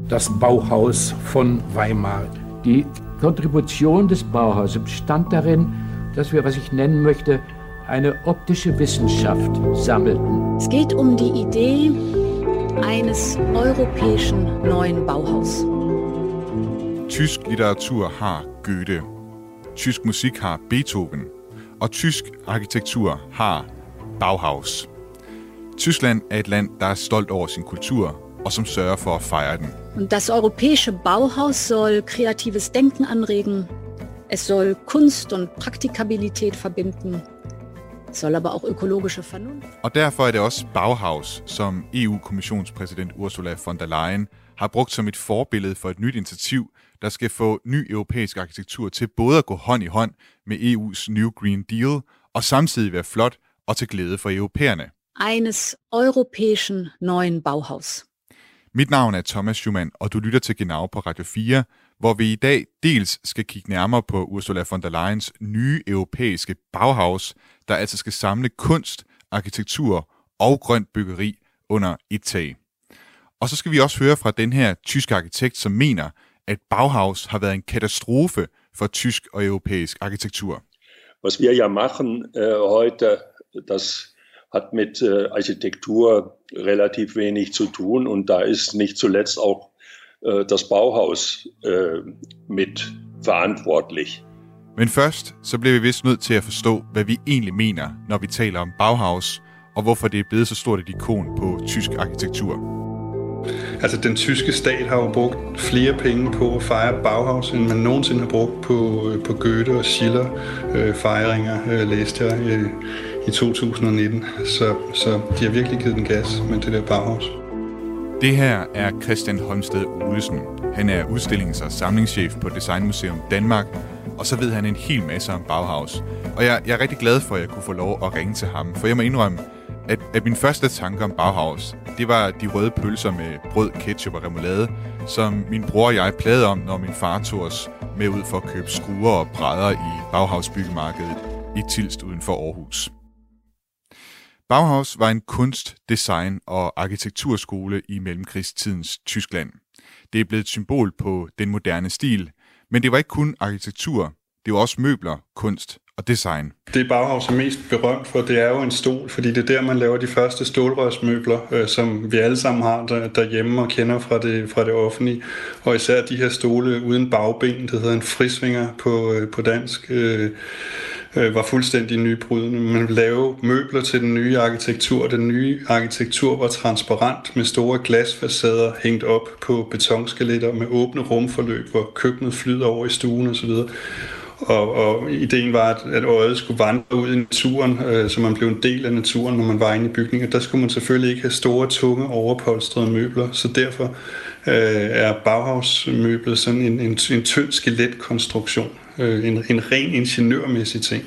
das Bauhaus von Weimar. Die Kontribution des Bauhauses bestand darin, dass wir, was ich nennen möchte, eine optische Wissenschaft sammelten. Es geht um die Idee eines europäischen neuen Bauhaus. Tysk litteratur har Goethe, tysk musik har Beethoven, og tysk arkitektur har Bauhaus. Tyskland er et land, der er stolt over sin kultur, og som sørger for at fejre den. Und das europäische Bauhaus soll kreatives Denken anregen. Es soll Kunst und Praktikabilität verbinden. Es soll aber auch ökologische Vernunft. Og derfor er det også Bauhaus, som EU-kommissionspræsident Ursula von der Leyen har brugt som et forbillede for et nyt initiativ, der skal få ny europæisk arkitektur til både at gå hånd i hånd med EU's New Green Deal og samtidig være flot og til glæde for europæerne. Eines europäischen neuen Bauhaus. Mit navn er Thomas Schumann, og du lytter til Genau på Radio 4, hvor vi i dag dels skal kigge nærmere på Ursula von der Leyens nye europæiske Bauhaus, der altså skal samle kunst, arkitektur og grønt byggeri under et tag. Og så skal vi også høre fra den her tyske arkitekt, som mener, at Bauhaus har været en katastrofe for tysk og europæisk arkitektur. Was wir ja machen heute, das hat mit Architektur relativ wenig zu tun, und da ist nicht zuletzt auch das Bauhaus mit verantwortlich. Men først så bliver vi vist nødt til at forstå, hvad vi egentlig mener, når vi taler om Bauhaus, og hvorfor det er blevet så stort et ikon på tysk arkitektur. Altså, den tyske stat har jo brugt flere penge på at fejre Bauhaus, end man nogensinde har brugt på Goethe og Schiller fejringer, læste jeg i 2019. Så de har virkelig givet den gas med det der Bauhaus. Det her er Christian Holmsted Olesen. Han er udstillings- og samlingschef på Designmuseum Danmark, og så ved han en hel masse om Bauhaus. Og jeg er rigtig glad for, at jeg kunne få lov at ringe til ham, for jeg må indrømme, at min første tanke om Bauhaus, det var de røde pølser med brød, ketchup og remoulade, som min bror og jeg plagede om, når min far tog os med ud for at købe skruer og brædder i Bauhaus byggemarkedet i Tilst uden for Aarhus. Bauhaus var en kunst-, design- og arkitekturskole i mellemkrigstidens Tyskland. Det er blevet et symbol på den moderne stil, men det var ikke kun arkitektur, det var også møbler, kunst og design. Det Bauhaus er mest berømt for, det er jo en stol, fordi det er der, man laver de første stålrørsmøbler, som vi alle sammen har derhjemme og kender fra det offentlige. Og især de her stole uden bagben, det hedder en frisvinger på dansk, var fuldstændig nybrydende. Man lavede møbler til den nye arkitektur. Den nye arkitektur var transparent med store glasfacader hængt op på betonskeletter med åbne rumforløb, hvor køkkenet flyder over i stuen osv. Og ideen var, at øjet skulle vandre ud i naturen, så man blev en del af naturen, når man var inde i bygningen. Der skulle man selvfølgelig ikke have store, tunge, overpolstrede møbler, så derfor er Bauhaus-møblet sådan en tynd skeletkonstruktion. En ren ingeniørmæssig ting.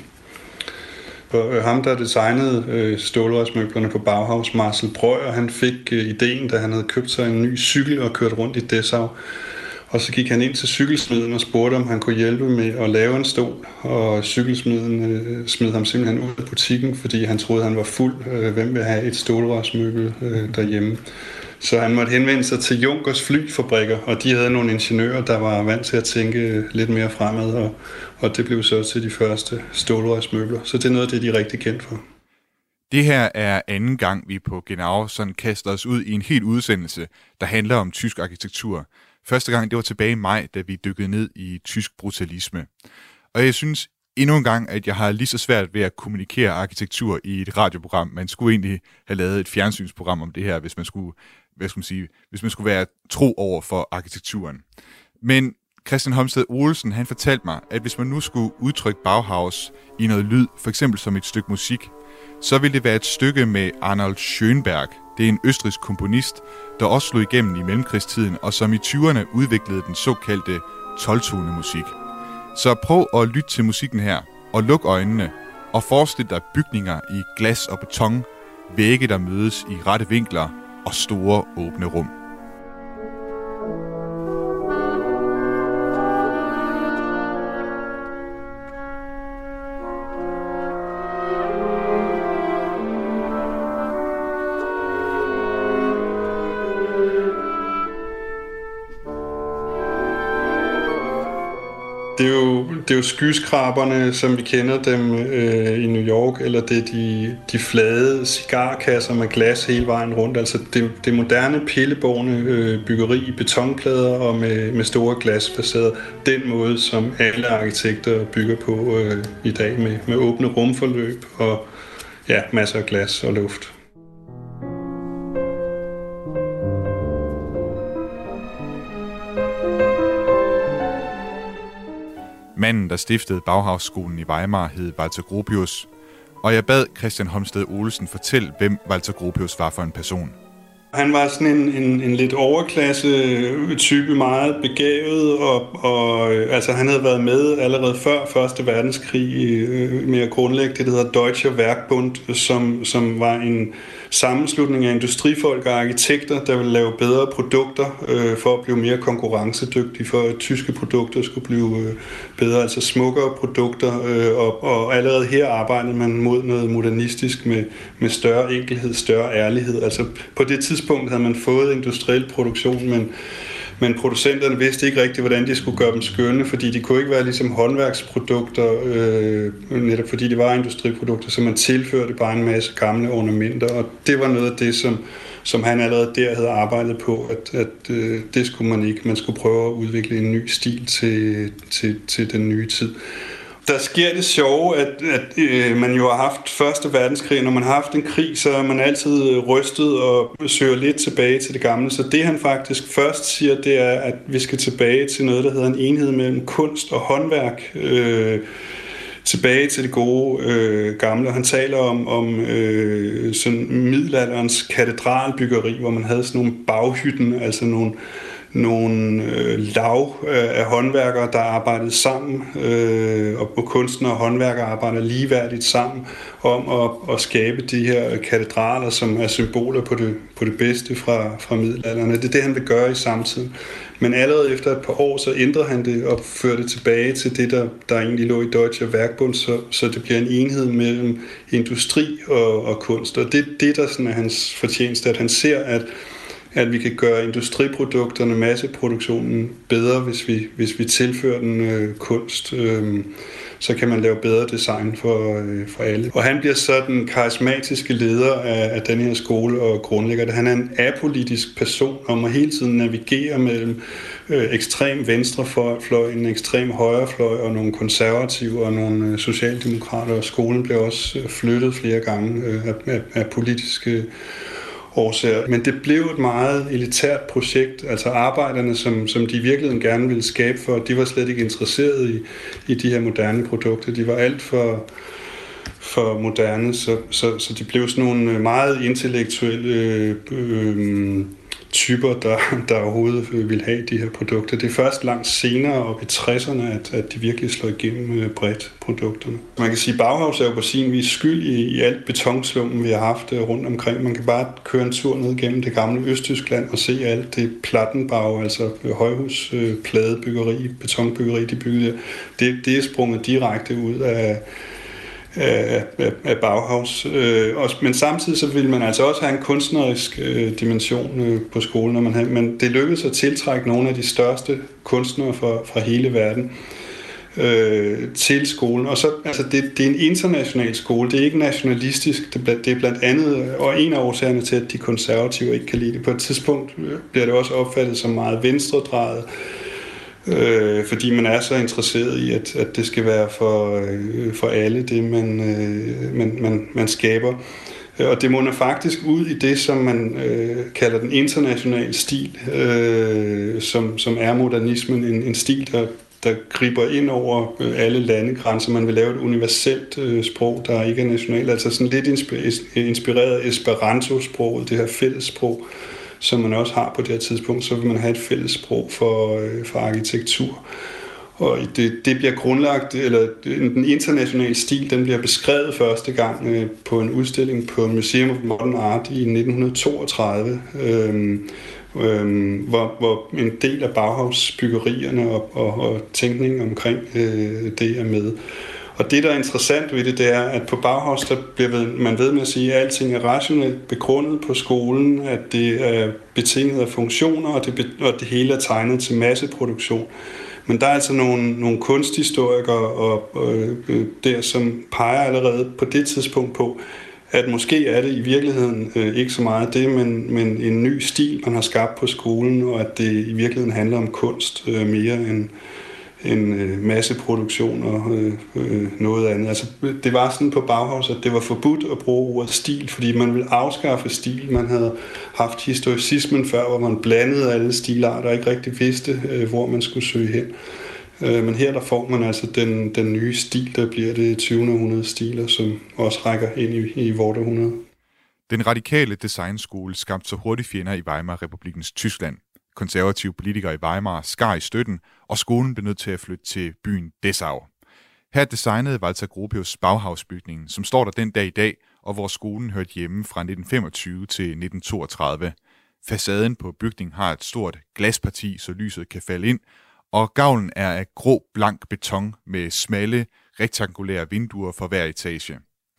Og ham, der designede stålrørsmøblerne på Bauhaus, Marcel Breuer, han fik ideen, da han havde købt sig en ny cykel og kørt rundt i Dessau. Og så gik han ind til cykelsmeden og spurgte, om han kunne hjælpe med at lave en stol. Og cykelsmeden smed ham simpelthen ud af butikken, fordi han troede, han var fuld. Hvem vil have et stålrørsmøbel derhjemme? Så han måtte henvende sig til Junkers flyfabrikker, og de havde nogle ingeniører, der var vant til at tænke lidt mere fremad, og det blev så til de første stålrørsmøbler. Så det er noget af det, de er rigtig kendt for. Det her er anden gang, vi på Genau sådan kaster os ud i en helt udsendelse, der handler om tysk arkitektur. Første gang, det var tilbage i maj, da vi dykkede ned i tysk brutalisme. Og jeg synes endnu en gang, at jeg har lige så svært ved at kommunikere arkitektur i et radioprogram. Man skulle egentlig have lavet et fjernsynsprogram om det her, hvis man skulle, hvis man skulle være tro over for arkitekturen. Men Christian Holmsted Olesen, han fortalte mig, at hvis man nu skulle udtrykke Bauhaus i noget lyd, for eksempel som et stykke musik, så ville det være et stykke med Arnold Schönberg. Det er en østrigsk komponist, der også slog igennem i mellemkrigstiden, og som i 20'erne udviklede den såkaldte 12-tonemusik. Så prøv at lytte til musikken her, og luk øjnene, og forestil dig bygninger i glas og beton, vægge der mødes i rette vinkler og store åbne rum. Det er jo skyskraberne, som vi kender dem i New York, eller det er de flade cigarkasser med glas hele vejen rundt. Altså det moderne pillebårne byggeri i betonplader og med store glasfacader. Den måde, som alle arkitekter bygger på i dag med åbne rumforløb og masser af glas og luft. Manden, der stiftede Bauhausskolen i Weimar, hed Walter Gropius, og jeg bad Christian Holmsted Olesen fortælle, hvem Walter Gropius var for en person. Han var sådan en lidt overklasse type, meget begavet, og altså han havde været med allerede før 1. verdenskrig med at grundlægge det, der hedder Deutscher Werkbund, som var en sammenslutning af industrifolk og arkitekter, der ville lave bedre produkter for at blive mere konkurrencedygtige, for at tyske produkter skulle blive bedre, altså smukkere produkter, og allerede her arbejdede man mod noget modernistisk med større enkelhed, større ærlighed. Altså på det tidspunkt havde man fået industriel produktion, men producenterne vidste ikke rigtigt, hvordan de skulle gøre dem skønne, fordi de kunne ikke være ligesom håndværksprodukter, netop fordi det var industriprodukter, så man tilførte bare en masse gamle ornamenter, og det var noget af det, som han allerede der havde arbejdet på, at det skulle man ikke. Man skulle prøve at udvikle en ny stil til den nye tid. Der sker det sjove, at man jo har haft 1. verdenskrig. Når man har haft en krig, så er man altid rystet og søger lidt tilbage til det gamle. Så det han faktisk først siger, det er, at vi skal tilbage til noget, der hedder en enhed mellem kunst og håndværk. Tilbage til det gode gamle. Han taler om sådan middelalderens katedralbyggeri, hvor man havde sådan nogle baghytten, altså nogle lav af håndværkere, der arbejdede sammen, og kunstnere og håndværkere arbejder ligeværdigt sammen om at skabe de her katedraler, som er symboler på det bedste fra middelalderen. Det er det, han vil gøre i samtiden. Men allerede efter et par år, så ændrer han det og fører det tilbage til det, der egentlig lå i Deutscher Werkbund, så det bliver en enhed mellem industri og kunst. Og det der sådan er hans fortjeneste, at han ser, at vi kan gøre industriprodukterne, masseproduktionen bedre, hvis vi tilfører den kunst. Så kan man lave bedre design for alle. Og han bliver så den karismatiske leder af den her skole og grundlægger det. Han er en apolitisk person, og må hele tiden navigere mellem ekstrem venstrefløj, en ekstrem højrefløj og nogle konservative og nogle socialdemokrater. Og skolen bliver også flyttet flere gange af politiske årsager. Men det blev et meget elitært projekt. Altså arbejderne, som de i virkeligheden gerne ville skabe for, de var slet ikke interesserede i de her moderne produkter. De var alt for moderne, så de blev sådan nogle meget intellektuelle typer, der overhovedet ville have de her produkter. Det er først langt senere, op i 60'erne, at de virkelig slår igennem bredt produkterne. Man kan sige, at Bauhaus er jo på sin vis skyld i alt betonslummen, vi har haft rundt omkring. Man kan bare køre en tur ned gennem det gamle Østtyskland og se alt det Plattenbau, altså højhuspladebyggeri, betonbyggeri, de byggede der. Det er sprunget direkte ud af Bauhaus. Men samtidig så ville man altså også have en kunstnerisk dimension på skolen, men det lykkedes at tiltrække nogle af de største kunstnere fra hele verden til skolen. Og så, altså det er en international skole, det er ikke nationalistisk, det er blandt andet, og en af årsagerne til, at de konservative ikke kan lide det. På et tidspunkt bliver det også opfattet som meget venstredrejet, fordi man er så interesseret i, at det skal være for alle det, man skaber. Og det munder faktisk ud i det, som man kalder den internationale stil, som er modernismen, en stil, der griber ind over alle landegrænser. Man vil lave et universelt sprog, der ikke er nationalt, altså sådan lidt inspireret af Esperanto-sproget, det her fællessprog, som man også har på det her tidspunkt, så vil man have et fælles sprog for arkitektur. Og det bliver grundlagt, eller den internationale stil, den bliver beskrevet første gang på en udstilling på Museum of Modern Art i 1932, hvor en del af Bauhaus-byggerierne og tænkningen omkring det er med. Og det, der er interessant ved det er, at på Bauhaus, der bliver man ved med at sige, at alting er rationelt begrundet på skolen, at det er betinget af funktioner, og det hele er tegnet til masseproduktion. Men der er altså nogle kunsthistorikere og der, som peger allerede på det tidspunkt på, at måske er det i virkeligheden ikke så meget det, men en ny stil, man har skabt på skolen, og at det i virkeligheden handler om kunst mere end en masseproduktion og noget andet. Altså, det var sådan på Bauhaus, at det var forbudt at bruge ordet stil, fordi man ville afskaffe stil. Man havde haft historicismen før, hvor man blandede alle stilarter og ikke rigtig vidste, hvor man skulle søge hen. Men her der får man altså den nye stil, der bliver det 20. århundrede stiler, som også rækker ind i vort århundrede. Den radikale designskole skabte så hurtigt fjender i Weimar-republikens Tyskland. Konservative politikere i Weimar skar i støtten, og skolen blev nødt til at flytte til byen Dessau. Her designede Walter Gropius Bauhausbygningen, som står der den dag i dag, og hvor skolen hørte hjemme fra 1925 til 1932. Facaden på bygningen har et stort glasparti, så lyset kan falde ind, og gavlen er af grå, blank beton med smalle, rektangulære vinduer for hver etage.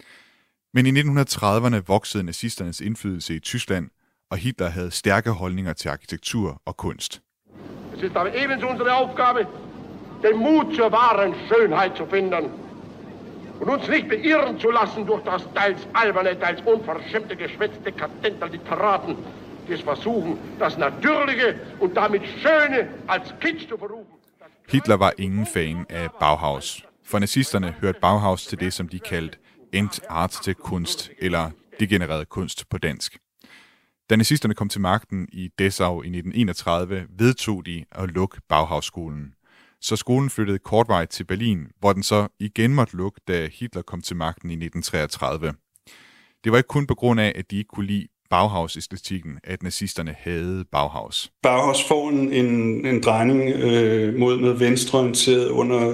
Men i 1930'erne voksede nazisternes indflydelse i Tyskland, og Hitler havde stærke holdninger til arkitektur og kunst. Es ist aber ebenso unsere Aufgabe, den Mut zur wahren Schönheit zu finden und uns nicht beirren zu lassen durch das teils alberne, teils unverschämte Geschwätz dekadenter Literaten, die es versuchen, das Natürliche und damit Schöne als Kitsch zu verrufen. Hitler var ingen fan af Bauhaus. For nazisterne hørte Bauhaus til det, som de kaldte Entartete Kunst, eller degenereret kunst på dansk. Da nazisterne kom til magten i Dessau i 1931, vedtog de at lukke Bauhausskolen. Så skolen flyttede kortvarigt til Berlin, hvor den så igen måtte lukke, da Hitler kom til magten i 1933. Det var ikke kun på grund af, at de ikke kunne lide Bauhaus-æstetikken, at nazisterne havde Bauhaus. Bauhaus får en drejning mod noget venstreorienteret under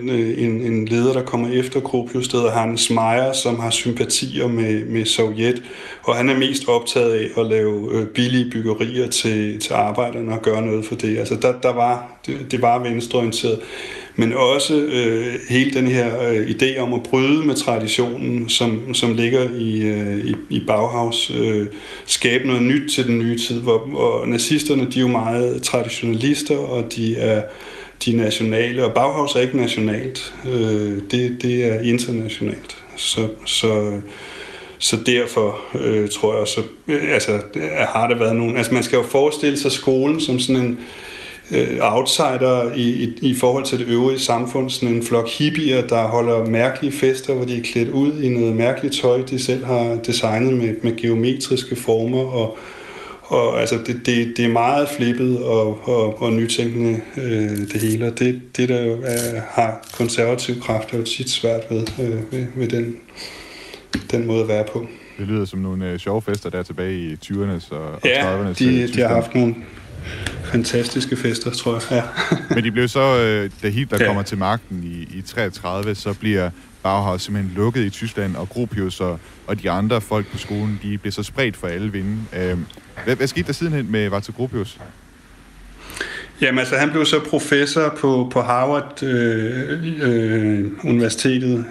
en leder, der kommer efter Gropius, der hedder Hans Meyer, som har sympatier med Sovjet, og han er mest optaget af at lave billige byggerier til arbejderne og gøre noget for det. Altså det var venstreorienteret. Men også hele den her idé om at bryde med traditionen, som ligger i Bauhaus, skabe noget nyt til den nye tid, hvor nazisterne, de er jo meget traditionalister, og de er nationale, og Bauhaus er ikke nationalt, det er internationalt. Så derfor tror jeg også, har der været nogen, altså man skal jo forestille sig skolen som sådan en outsider i forhold til det øvrige samfund, sådan en flok hippier, der holder mærkelige fester, hvor de er klædt ud i noget mærkeligt tøj, de selv har designet med geometriske former, og altså det er meget flippet og nytænkende det hele, og det der jo har konservative kræfter jo tit svært ved den måde at være på. Det lyder som nogle sjove fester der tilbage i 20'ernes og 30'ernes. De har haft nogle fantastiske fester, tror jeg. Ja. Men de blev så, da Hitler kommer til magten i 33, så bliver Bauhaus simpelthen lukket i Tyskland, og Gropius og de andre folk på skolen, de bliver så spredt for alle vinde. Hvad skete der sidenhen med Walter Gropius? Jamen altså, han blev så professor på Harvard Universitetet,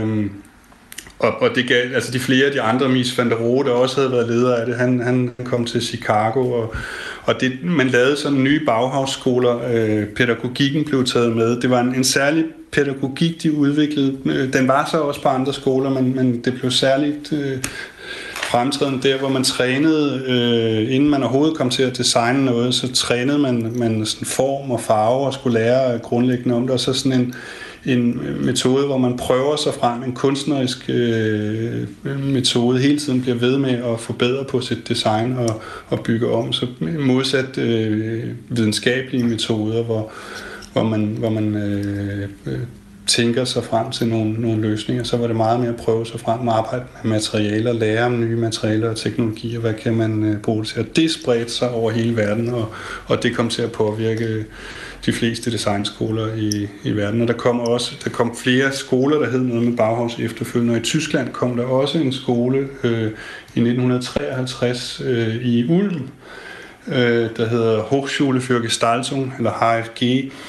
og det gav, altså de flere af de andre, Mies van der Rohe, der også havde været leder af det, han kom til Chicago, og det, man lavede sådan nye Bauhaus-skoler, pædagogikken blev taget med. Det var en særlig pædagogik, de udviklede. Den var så også på andre skoler, men det blev særligt fremtrædende der, hvor man trænede, inden man overhovedet kom til at designe noget, så trænede man sådan form og farve og skulle lære grundlæggende om det, og så sådan en metode, hvor man prøver sig frem, en kunstnerisk metode, hele tiden bliver ved med at forbedre på sit design og bygge om, så modsat videnskabelige metoder, hvor man tænker sig frem til nogle løsninger, så var det meget mere at prøve sig frem og arbejde med materialer, lære om nye materialer og teknologier, hvad kan man bruge til, og det spredte sig over hele verden, og det kom til at påvirke de fleste designskoler i verden, og der kom flere skoler, der hed noget med Bauhaus efterfølgende, og i Tyskland kom der også en skole i 1953 i Ulm, der hedder Hochschule für Gestaltung, eller HFG,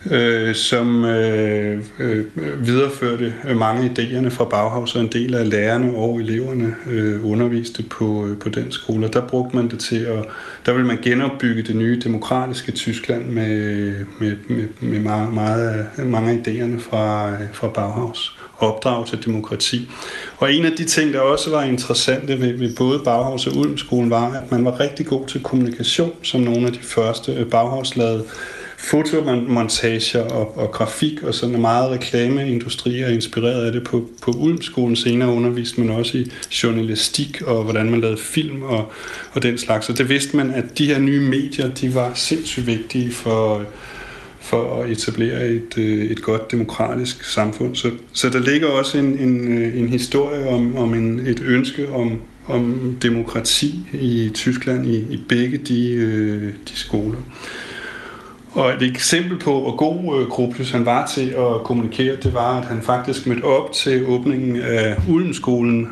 som videreførte mange idéerne fra Bauhaus, og en del af lærerne og eleverne underviste på den skole. Der brugte man det til der ville man genopbygge det nye demokratiske Tyskland med mange af idéerne fra Bauhaus. Opdrag til demokrati. Og en af de ting, der også var interessante ved både Bauhaus og Ulmskolen, var, at man var rigtig god til kommunikation, som nogle af de første. Bauhaus lavede fotomontager og grafik, og sådan meget reklameindustri er inspireret af det på Ulmskolen. Senere underviste man også i journalistik og hvordan man lavede film og den slags. Og det vidste man, at de her nye medier, de var sindssygt vigtige for at etablere et godt demokratisk samfund. Så der ligger også en historie om et ønske om demokrati i Tyskland i begge de skoler. Og et eksempel på, hvor god Gropius han var til at kommunikere, det var, at han faktisk mødte op til åbningen af Ulmskolen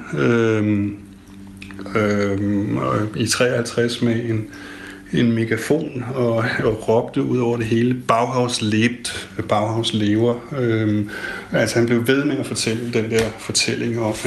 i 53 med en megafon og råbte ud over det hele, Bauhaus lebt, Bauhaus lever. Altså han blev ved med at fortælle den der fortælling om,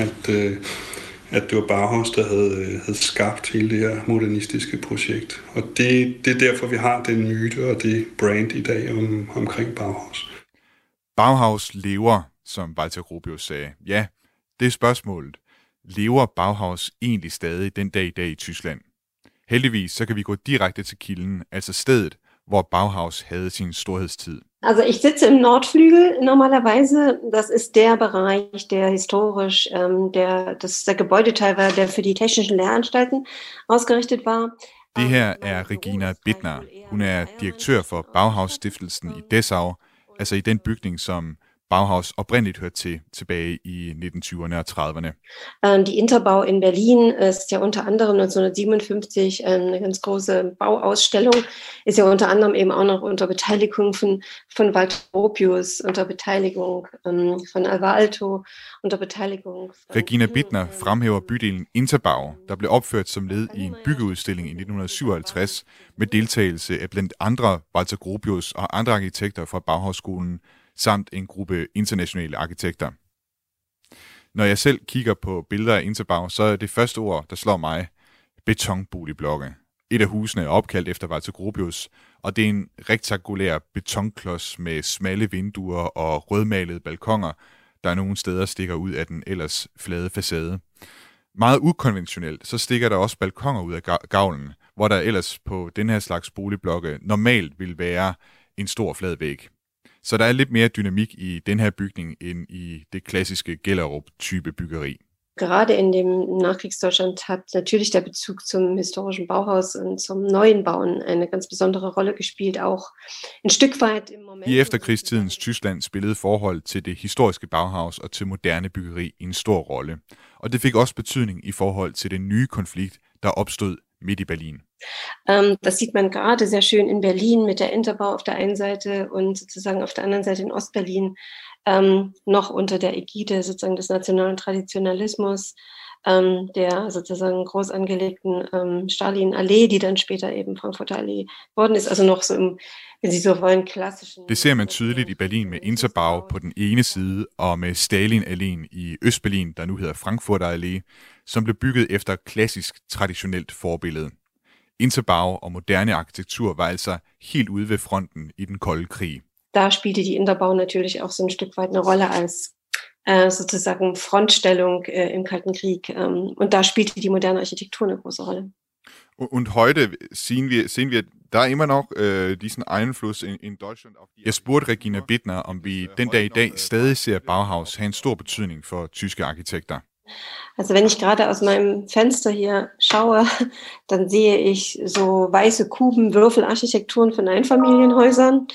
at det var Bauhaus, der havde skabt hele det her modernistiske projekt. Og det er derfor, vi har den myte og det brand i dag omkring Bauhaus. Bauhaus lever, som Walter Gropius sagde. Ja, det er spørgsmålet. Lever Bauhaus egentlig stadig den dag i dag i Tyskland? Heldigvis så kan vi gå direkte til kilden, altså stedet, hvor Bauhaus havde sin storhedstid. Also ich sitze im Nordflügel normalerweise. Das ist der Bereich, der historisch der Gebäudeteil war, der für die technischen Lehranstalten ausgerichtet var. Det her er Regina Bittner. Hun er direktør for Bauhaus-stiftelsen i Dessau, altså i den bygning, som Bauhaus oprindeligt hørte til tilbage i 1920'erne og 30'erne. Die Interbau in Berlin ist ja unter anderem 1957 eine ganz große Bauausstellung, ist ja unter anderem eben auch noch unter Beteiligung von Walter Gropius, unter Beteiligung von Alvar Aalto, unter Beteiligung... Regina Bittner fremhæver bydelen Interbau, der blev opført som led i en byggeudstilling i 1957 med deltagelse af blandt andre Walter Gropius og andre arkitekter fra Bauhausskolen, samt en gruppe internationale arkitekter. Når jeg selv kigger på billeder af Interbau, så er det første ord, der slår mig, betonboligblokke. Et af husene er opkaldt efter Walter Gropius, og det er en rektangulær betonklods med smalle vinduer og rødmalede balkoner, der nogle steder stikker ud af den ellers flade facade. Meget ukonventionelt, så stikker der også balkoner ud af gavlen, hvor der ellers på den her slags boligblokke normalt vil være en stor flad væg. Så der er lidt mere dynamik i den her bygning end i det klassiske Gellerup-type byggeri. Gerade in dem Nachkriegsdeutschland hat natürlich der Bezug zum historischen Bauhaus und zum neuen Bauen eine ganz besondere Rolle gespielt, auch ein Stück weit im Moment. I efterkrigstidens Tyskland spillede forhold til det historiske Bauhaus og til moderne byggeri en stor rolle. Og det fik også betydning i forhold til den nye konflikt, der opstod midt i Berlin. Das sieht man gerade sehr schön in Berlin mit der Interbau auf der einen Seite und sozusagen auf der anderen Seite in Ostberlin noch unter der Ägide sozusagen des nationalen Traditionalismus, der sozusagen groß angelegten Stalin-Allee, die dann später eben Frankfurter Allee worden ist, also noch so im, wenn Sie so wollen, klassischen... Det ser man tydeligt i Berlin med Interbau på den ene side og med Stalin-Alléen i Østberlin, der nu hedder Frankfurter Allee, som blev bygget efter klassisk traditionelt forbillede. Interbau og moderne arkitektur var altså helt ude ved fronten i den kolde krig. Da spielte die Interbau natürlich auch so ein Stück weit eine Rolle als sozusagen Frontstellung im Kalten Krieg. Und da spielte die moderne Architektur eine große Rolle. Und heute sehen wir da immer noch diesen Einfluss in Deutschland. Jeg spurgte Regina Bittner, om vi den dag i dag stadig ser Bauhaus have en stor betydning for tyske arkitekter. Also wenn ich gerade aus meinem Fenster hier schaue, dann sehe ich so weiße Kuben, Würfelarchitekturen von Einfamilienhäusern.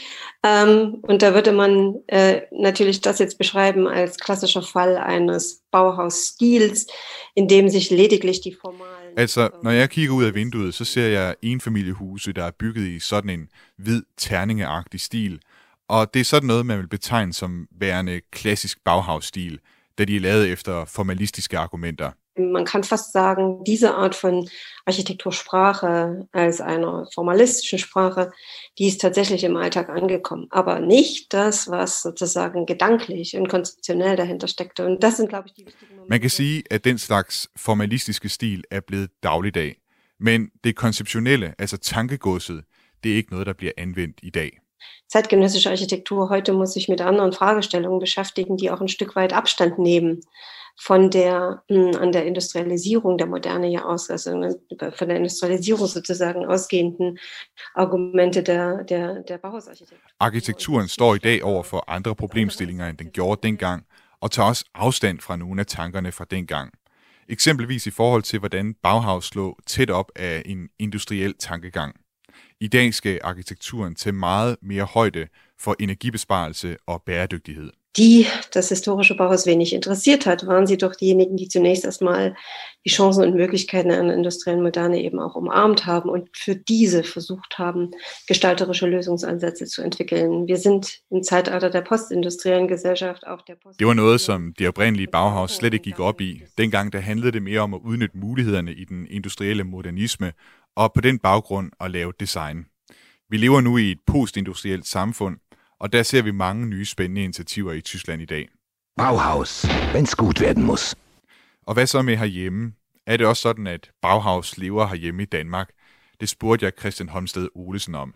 Und da würde man natürlich das jetzt beschreiben als klassischer Fall eines Bauhaus-Stils, in dem sich lediglich die formalen... Altså, når jeg kigger ud af vinduet, så ser jeg enfamiliehuse, der er bygget i sådan en hvid terningeagtig stil. Og det er sådan noget, man vil betegne som værende klassisk Bauhaus-stil, da de er lavet efter formalistiske argumenter. Man kann fast sagen, diese Art von Architektursprache als einer formalistischen Sprache, die ist tatsächlich im Alltag angekommen. Aber nicht das, was sozusagen gedanklich und konzeptionell dahinter steckte. Und das sind, glaube ich, die wichtigen Momente. Man kan sige, at den slags formalistiske stil er blevet dagligdag. Men det konceptionelle, altså tankegodset, det er ikke noget, der bliver anvendt i dag. Zeitgenössische Architektur heute muss sich mit anderen Fragestellungen beschäftigen, die auch ein Stück weit Abstand nehmen von der an der Industrialisierung der Moderne ja aus, also von der Industrialisierung sozusagen ausgehenden Argumente der Bauhausarchitektur. Arkitekturen står i dag over for andre problemstillinger, end den gjorde dengang, og tager også afstand fra nogle af tankerne fra dengang. Eksempelvis i forhold til, hvordan Bauhaus lå tæt op af en industriel tankegang. I dag skal arkitekturen tage meget mere højde for energibesparelse og bæredygtighed. Die das historische Bauhaus wenig interessiert hat, waren sie doch diejenigen, die zunächst erstmal die Chancen und Möglichkeiten einer industriellen Moderne eben auch umarmt haben und für diese versucht haben, gestalterische Lösungsansätze zu entwickeln. Wir sind im Zeitalter der postindustriellen Gesellschaft, auch der Det var noget, som de oprindelige Bauhaus slet ikke gik op i. Dengang der handlede det mere om at udnytte mulighederne i den industrielle modernisme, og på den baggrund at lave design. Vi lever nu i et postindustrielt samfund, og der ser vi mange nye spændende initiativer i Tyskland i dag. Bauhaus, wenn's gut werden muss. Og hvad så med herhjemme? Er det også sådan, at Bauhaus lever herhjemme i Danmark? Det spurgte jeg Christian Holmsted Olesen om.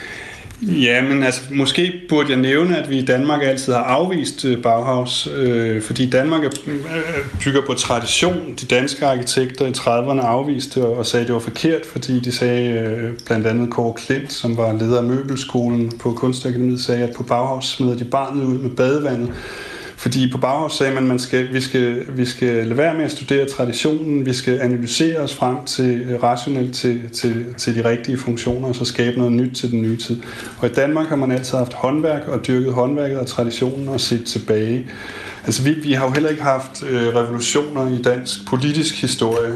Ja, men altså, måske burde jeg nævne, at vi i Danmark altid har afvist Bauhaus, fordi Danmark bygger på tradition. De danske arkitekter i 30'erne afviste og sagde, at det var forkert, fordi de sagde, blandt andet Kåre Klint, som var leder af Møbelskolen på Kunstakademiet, sagde, at på Bauhaus smider de barnet ud med badevandet. Fordi på Bauhaus sagde man, vi skal lade være med at studere traditionen, vi skal analysere os frem til rationelt til de rigtige funktioner, og så skabe noget nyt til den nye tid. Og i Danmark har man altid haft håndværk og dyrket håndværket og traditionen og set tilbage. Altså vi har jo heller ikke haft revolutioner i dansk politisk historie,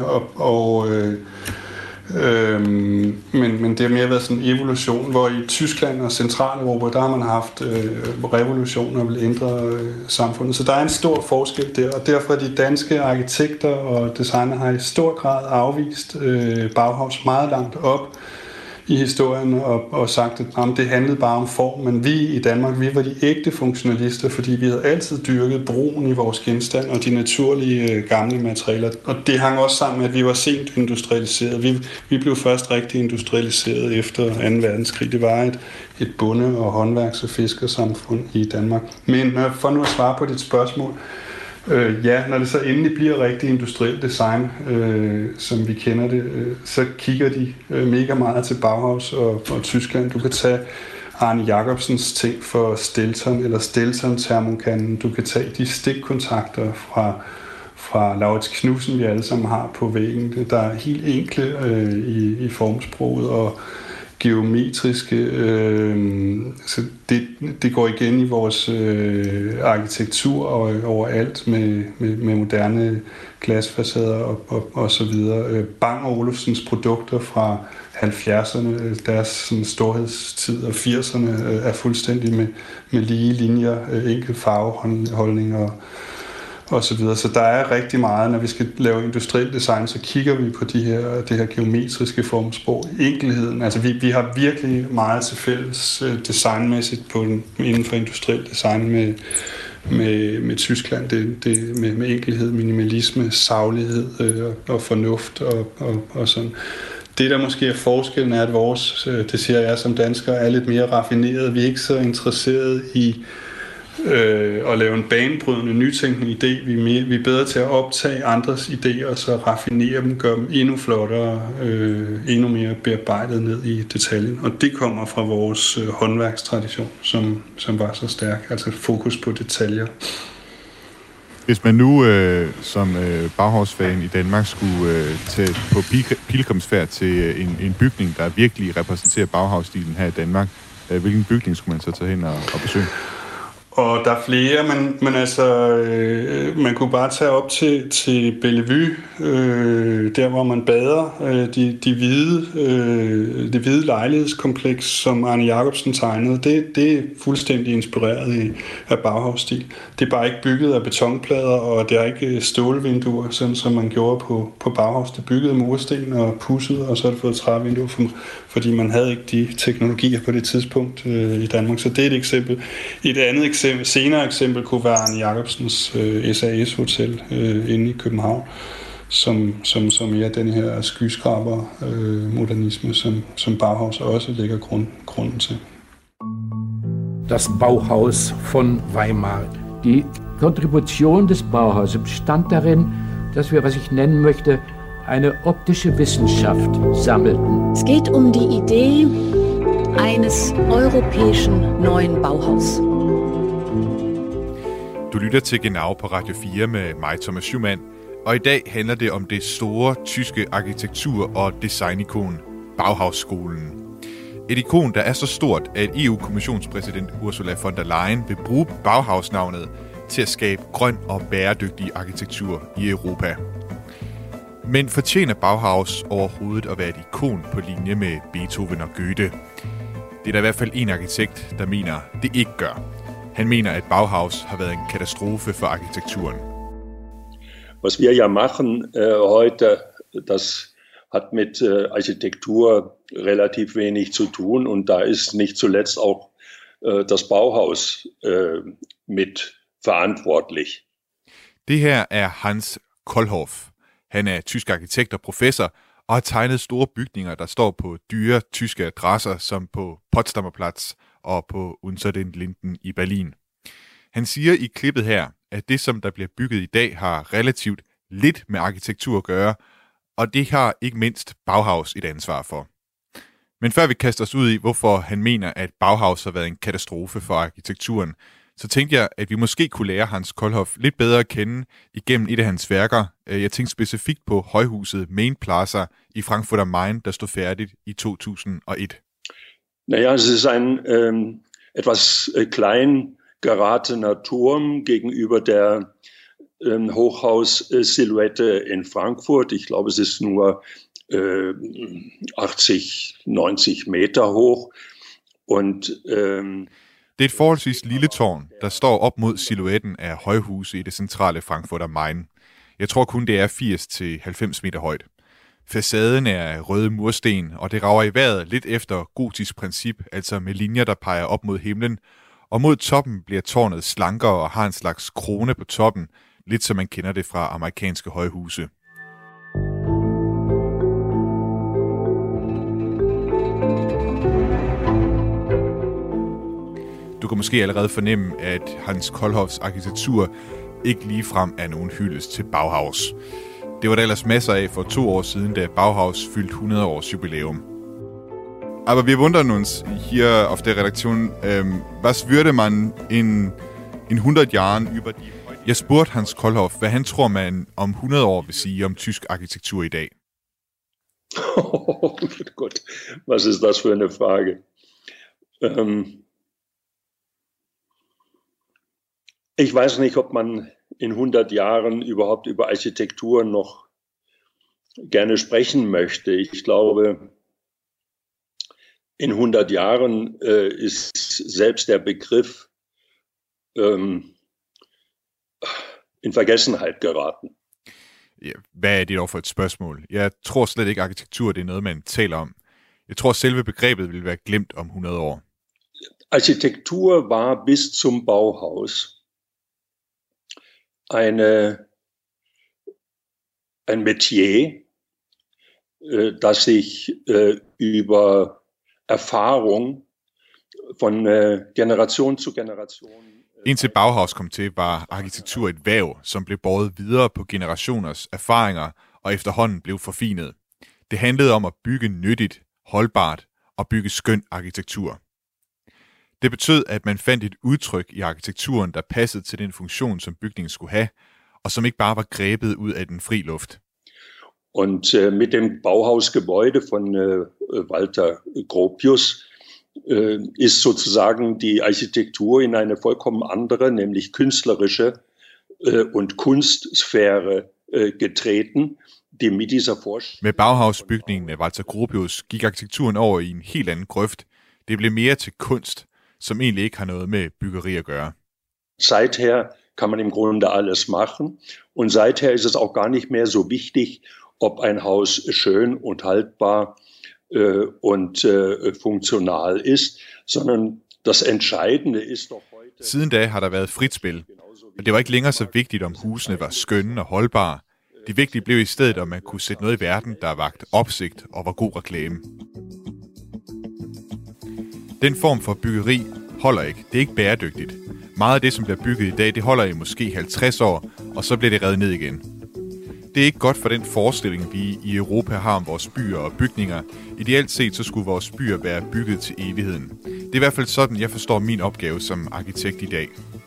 men det har mere været sådan en evolution, hvor i Tyskland og Centraleuropa, der har man haft revolutioner og vil ændre samfundet. Så der er en stor forskel der, og derfor de danske arkitekter og designer har i stor grad afvist Bauhaus meget langt op i historien og sagt, at det handlede bare om form, men vi i Danmark, vi var de ægte funktionalister, fordi vi havde altid dyrket brugen i vores genstand og de naturlige gamle materialer, og det hang også sammen med, at vi var sent industrialiseret. Vi blev først rigtig industrialiseret efter 2. verdenskrig. Det var et bonde- og håndværks- og fiskersamfund i Danmark. Men for nu at svare på dit spørgsmål, ja, når det så endelig bliver rigtig industrielt design, som vi kender det, så kigger de mega meget til Bauhaus og Tyskland. Du kan tage Arne Jacobsens ting for Stelton eller Stelton-termokanden. Du kan tage de stikkontakter fra Laurits Knudsen, vi alle sammen har på væggen. Der er helt enkle i formsproget og geometriske, så det går igen i vores arkitektur og overalt med moderne glasfacader og så videre. Bang & Olufsens produkter fra 70'erne, deres sådan, storhedstid, og 80'erne er fuldstændig med lige linjer, enkel farveholdning og så videre. Så der er rigtig meget, når vi skal lave industriel design, så kigger vi på det her geometriske formsprog. Enkelheden, altså vi har virkelig meget til fælles designmæssigt inden for industriel design med Tyskland. Det med enkelhed, minimalisme, saglighed og fornuft og sådan. Det, der måske er forskellen, er, at vores, det siger jeg som dansker, er lidt mere raffineret. Vi er ikke så interesserede i at lave en banebrydende, nytænkende idé. Vi er bedre til at optage andres idéer og så raffinere dem, gøre dem endnu flottere, endnu mere bearbejdet ned i detaljen. Og det kommer fra vores håndværkstradition, som var så stærk, altså fokus på detaljer. Hvis man nu som Bauhaus-fan i Danmark skulle tage på pilgrimsfærd til en bygning, der virkelig repræsenterer Bauhaus-stilen her i Danmark, hvilken bygning skulle man så tage hen og besøge? Og der er flere, men altså, man kunne bare tage op til Bellevue, der hvor man bader, det hvide lejlighedskompleks, som Arne Jacobsen tegnede. Det er fuldstændig inspireret af Bauhaus-stil. Det er bare ikke bygget af betonplader, og det er ikke stålvinduer, sådan som man gjorde på Bauhaus. Det byggede mursten og pudset, og så har det fået trævinduer, fordi man havde ikke de teknologier på det tidspunkt i Danmark. Så det er et eksempel. Et andet senere eksempel kunne være Arne Jacobsens SAS Hotel inde i København, som er den her skyskraber-modernisme, som Bauhaus også lægger grunden til. Das Bauhaus von Weimar. Die Kontribution des Bauhaus bestand darin, dass wir, was ich nennen möchte, eine optische Wissenschaft sammelten. Es geht um die Idee eines europäischen neuen Bauhaus. Du lytter til Genau på Radio 4 med mig, Thomas Schumann, og i dag handler det om det store tyske arkitektur- og designikon, Bauhausskolen. Et ikon, der er så stort, at EU-kommissionspræsident Ursula von der Leyen vil bruge Bauhaus-navnet til at skabe grøn og bæredygtig arkitektur i Europa. Men fortjener Bauhaus overhovedet at være et ikon på linje med Beethoven og Goethe? Det er der i hvert fald en arkitekt, der mener, det ikke gør. Han mener, at Bauhaus har været en katastrofe for arkitekturen. Was wir ja machen heute, das hat mit Architektur relativ wenig zu tun und da ist nicht zuletzt auch das Bauhaus mit verantwortlich. Det her er Hans Kollhoff. Han er tysk arkitekt og professor og har tegnet store bygninger, der står på dyre tyske adresser, som på Potsdamer Platz og på Unter den Linden i Berlin. Han siger i klippet her, at det, som der bliver bygget i dag, har relativt lidt med arkitektur at gøre, og det har ikke mindst Bauhaus et ansvar for. Men før vi kaster os ud i, hvorfor han mener, at Bauhaus har været en katastrofe for arkitekturen, så tænkte jeg, at vi måske kunne lære Hans Kollhoff lidt bedre at kende igennem et af hans værker. Jeg tænkte specifikt på højhuset Main Plaza i Frankfurt am Main, der stod færdigt i 2001. Naja, es ist ein etwas klein geratener Turm gegenüber der Hochhaus-Silhouette in Frankfurt. Ich glaube, es ist nur 80-90 Meter hoch. Und det er et forholdsvis lille tårn, der står op mod silhuetten af højhuse i det centrale Frankfurt am Main. Jeg tror kun, det er 80-90 meter højt. Facaden er røde mursten, og det rager i vejret lidt efter gotisk princip, altså med linjer, der peger op mod himlen. Og mod toppen bliver tårnet slankere og har en slags krone på toppen, lidt som man kender det fra amerikanske højhuse. Du kan måske allerede fornemme, at Hans Kollhoffs arkitektur ikke ligefrem er nogen hyldest til Bauhaus. Det var der ellers masser af for 2 år siden, da Bauhaus fyldte 100 års jubilæum. Aber wir wundern uns hier auf der Redaktion, was würde man in 100 Jahren über die... Jeg spurgte Hans Kollhoff, hvad han tror man om 100 år vil sige om tysk arkitektur i dag. Oh Gott, was ist das für eine Frage? Ich weiß nicht, ob man in 100 Jahren überhaupt über Architektur noch gerne sprechen möchte. Ich glaube, in 100 Jahren ist selbst der Begriff in Vergessenheit geraten. Ja, hvad er det dog for et spørgsmål? Jeg tror slet ikke, arkitektur det er noget, man taler om. Jeg tror, selve begrebet vil være glemt om 100 år. Architektur war bis zum Bauhaus ein Metier, das sich über Erfahrung von Generation zu Generation... Indtil Bauhaus kom til, var arkitektur et væv, som blev båret videre på generationers erfaringer og efterhånden blev forfinet. Det handlede om at bygge nyttigt, holdbart og bygge skøn arkitektur. Det betød, at man fandt et udtryk i arkitekturen, der passede til den funktion, som bygningen skulle have, og som ikke bare var grebet ud af den fri luft. Und mit dem Bauhausgebäude von Walter Gropius ist sozusagen die Architektur in eine vollkommen andere, nämlich künstlerische und Kunstsphäre getreten, die mit dieser Vorstellung... Med Bauhaus-bygningen af Walter Gropius gik arkitekturen over i en helt anden grøft. Det blev mere til kunst, som egentlig ikke har noget med byggeri at gøre. Seither kann man im Grunde alles machen und seither ist es auch gar nicht mehr so wichtig, ob ein Haus schön und haltbar und funktional ist, sondern das Entscheidende ist doch heute... Siden da har der været frit spil, og det var ikke længere så vigtigt, om husene var skønne og holdbare. Det vigtige blev i stedet, om man kunne sætte noget i verden, der vagt opsigt og var god reklame. Den form for byggeri holder ikke. Det er ikke bæredygtigt. Meget af det, som bliver bygget i dag, det holder i måske 50 år, og så bliver det revet ned igen. Det er ikke godt for den forestilling, vi i Europa har om vores byer og bygninger. Ideelt set, så skulle vores byer være bygget til evigheden. Det er i hvert fald sådan, jeg forstår min opgave som arkitekt i dag.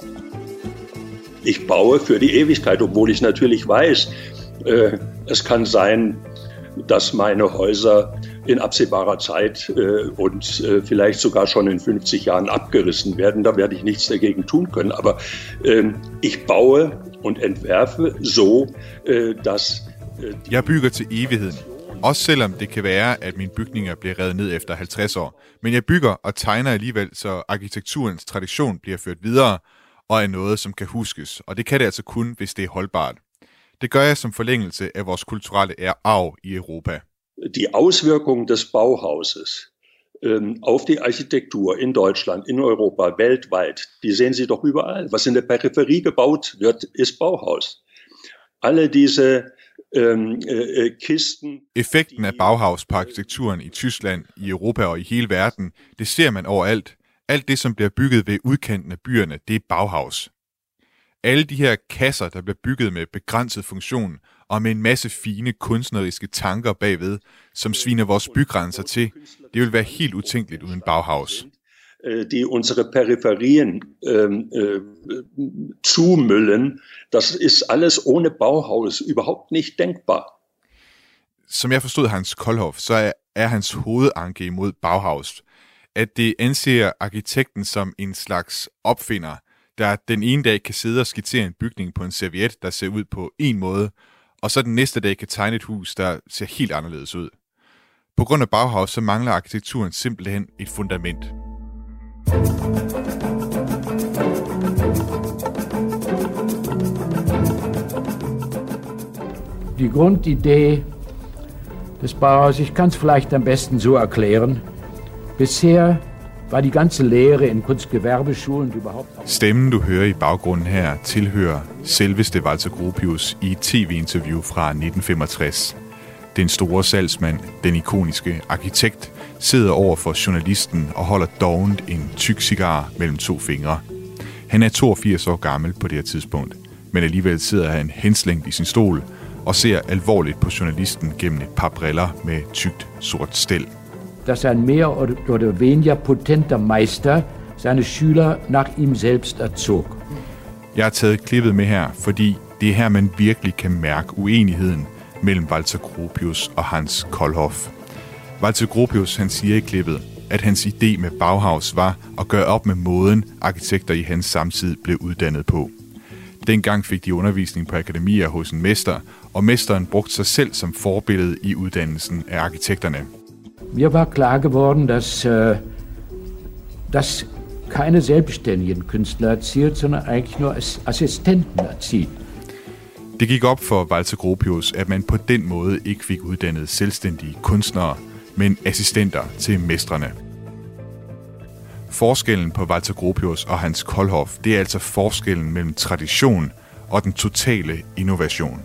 Ich baue für die Ewigkeit, obwohl ich natürlich weiß, es kann sein, dass meine Häuser in absehbarer Zeit und vielleicht sogar schon in 50 Jahren abgerissen werden. Da werde ich nichts dagegen tun können. Aber ich baue und entwerfe so, dass... Jeg bygger til evigheden. Også selvom det kan være, at mine bygninger bliver revet ned efter 50 år. Men jeg bygger og tegner alligevel, så arkitekturens tradition bliver ført videre og er noget, som kan huskes. Og det kan det altså kun, hvis det er holdbart. Det gør jeg som forlængelse af vores kulturelle arv i Europa. Die Auswirkungen des Bauhauses auf die Architektur in Deutschland, in Europa, weltweit, die sehen Sie doch überall. Was in der Peripherie gebaut wird, ist Bauhaus. Alle diese Kisten... Effekten af Bauhaus på arkitekturen i Tyskland, i Europa og i hele verden, det ser man overalt. Alt det, som bliver bygget ved udkanten af byerne, det er Bauhaus. Alle de her kasser, der bliver bygget med begrænset funktion og med en masse fine kunstneriske tanker bagved, som sviner vores bygrænser til, det vil være helt utænkeligt uden Bauhaus. Die unsere Peripherien zumüllen, das ist alles ohne Bauhaus überhaupt nicht denkbar. Som jeg forstod Hans Kohlhoff, så er hans hovedanke imod Bauhaus, at det anser arkitekten som en slags opfinder, der den ene dag kan sidde og skitsere en bygning på en serviet, der ser ud på en måde, og så den næste dag kan tegne et hus, der ser helt anderledes ud. På grund af Bauhaus, så mangler arkitekturen simpelthen et fundament. Die Grundidee des Bauhaus, ich kann es vielleicht am besten so erklären. Bisher var die ganze Lehre in Kunstgewerbeschulen überhaupt... Stemmen, du hører i baggrunden her, tilhører selveste Walter Gropius i et tv-interview fra 1965. Den store salgsmand, den ikoniske arkitekt, sidder over for journalisten og holder dovent en tyk cigar mellem to fingre. Han er 82 år gammel på det her tidspunkt, men alligevel sidder han henslængt i sin stol og ser alvorligt på journalisten gennem et par briller med tykt sort stel. Dass ein mehr oder weniger potenter Meister seine Schüler nach ihm selbst erzog. Jeg har taget klippet med her, fordi det er her, man virkelig kan mærke uenigheden mellem Walter Gropius og Hans Kohlhoff. Walter Gropius, han siger i klippet, at hans idé med Bauhaus var at gøre op med måden, arkitekter i hans samtid blev uddannet på. Dengang fik de undervisning på akademier hos en mester, og mesteren brugte sig selv som forbillede i uddannelsen af arkitekterne. Mir war klar geworden, dass keine selbstständigen Künstler erzielt, sondern eigentlich nur Assistenten erzielt. Det gik op for Walter Gropius, at man på den måde ikke fik uddannet selvstændige kunstnere, men assistenter til mestrene. Forskellen på Walter Gropius og Hans Kohlhoff, det er altså forskellen mellem tradition og den totale innovation.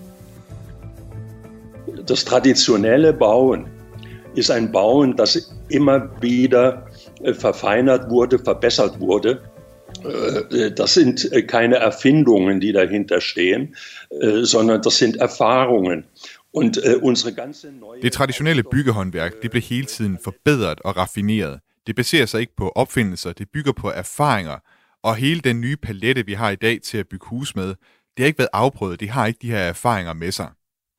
Das traditionelle Bauen ist ein Bauen, das immer wieder verfeinert wurde, verbessert wurde. Das sind keine Erfindungen, die dahinter stehen, sondern das sind Erfahrungen. Und unsere ganze neue... Det traditionelle byggehåndværk, det bliver hele tiden forbedret og raffineret. Det baserer sig ikke på opfindelser, det bygger på erfaringer. Og hele den nye palette, vi har i dag til at bygge hus med, det har ikke været afprøvet, det har ikke de her erfaringer med sig.